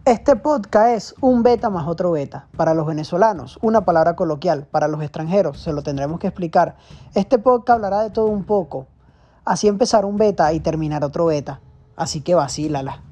Este podcast es un beta más otro beta. Para los venezolanos, una palabra coloquial. Para los extranjeros, se lo tendremos que explicar. Este podcast hablará de todo un poco. Así empezar un beta y terminar otro beta. Así que vacílala.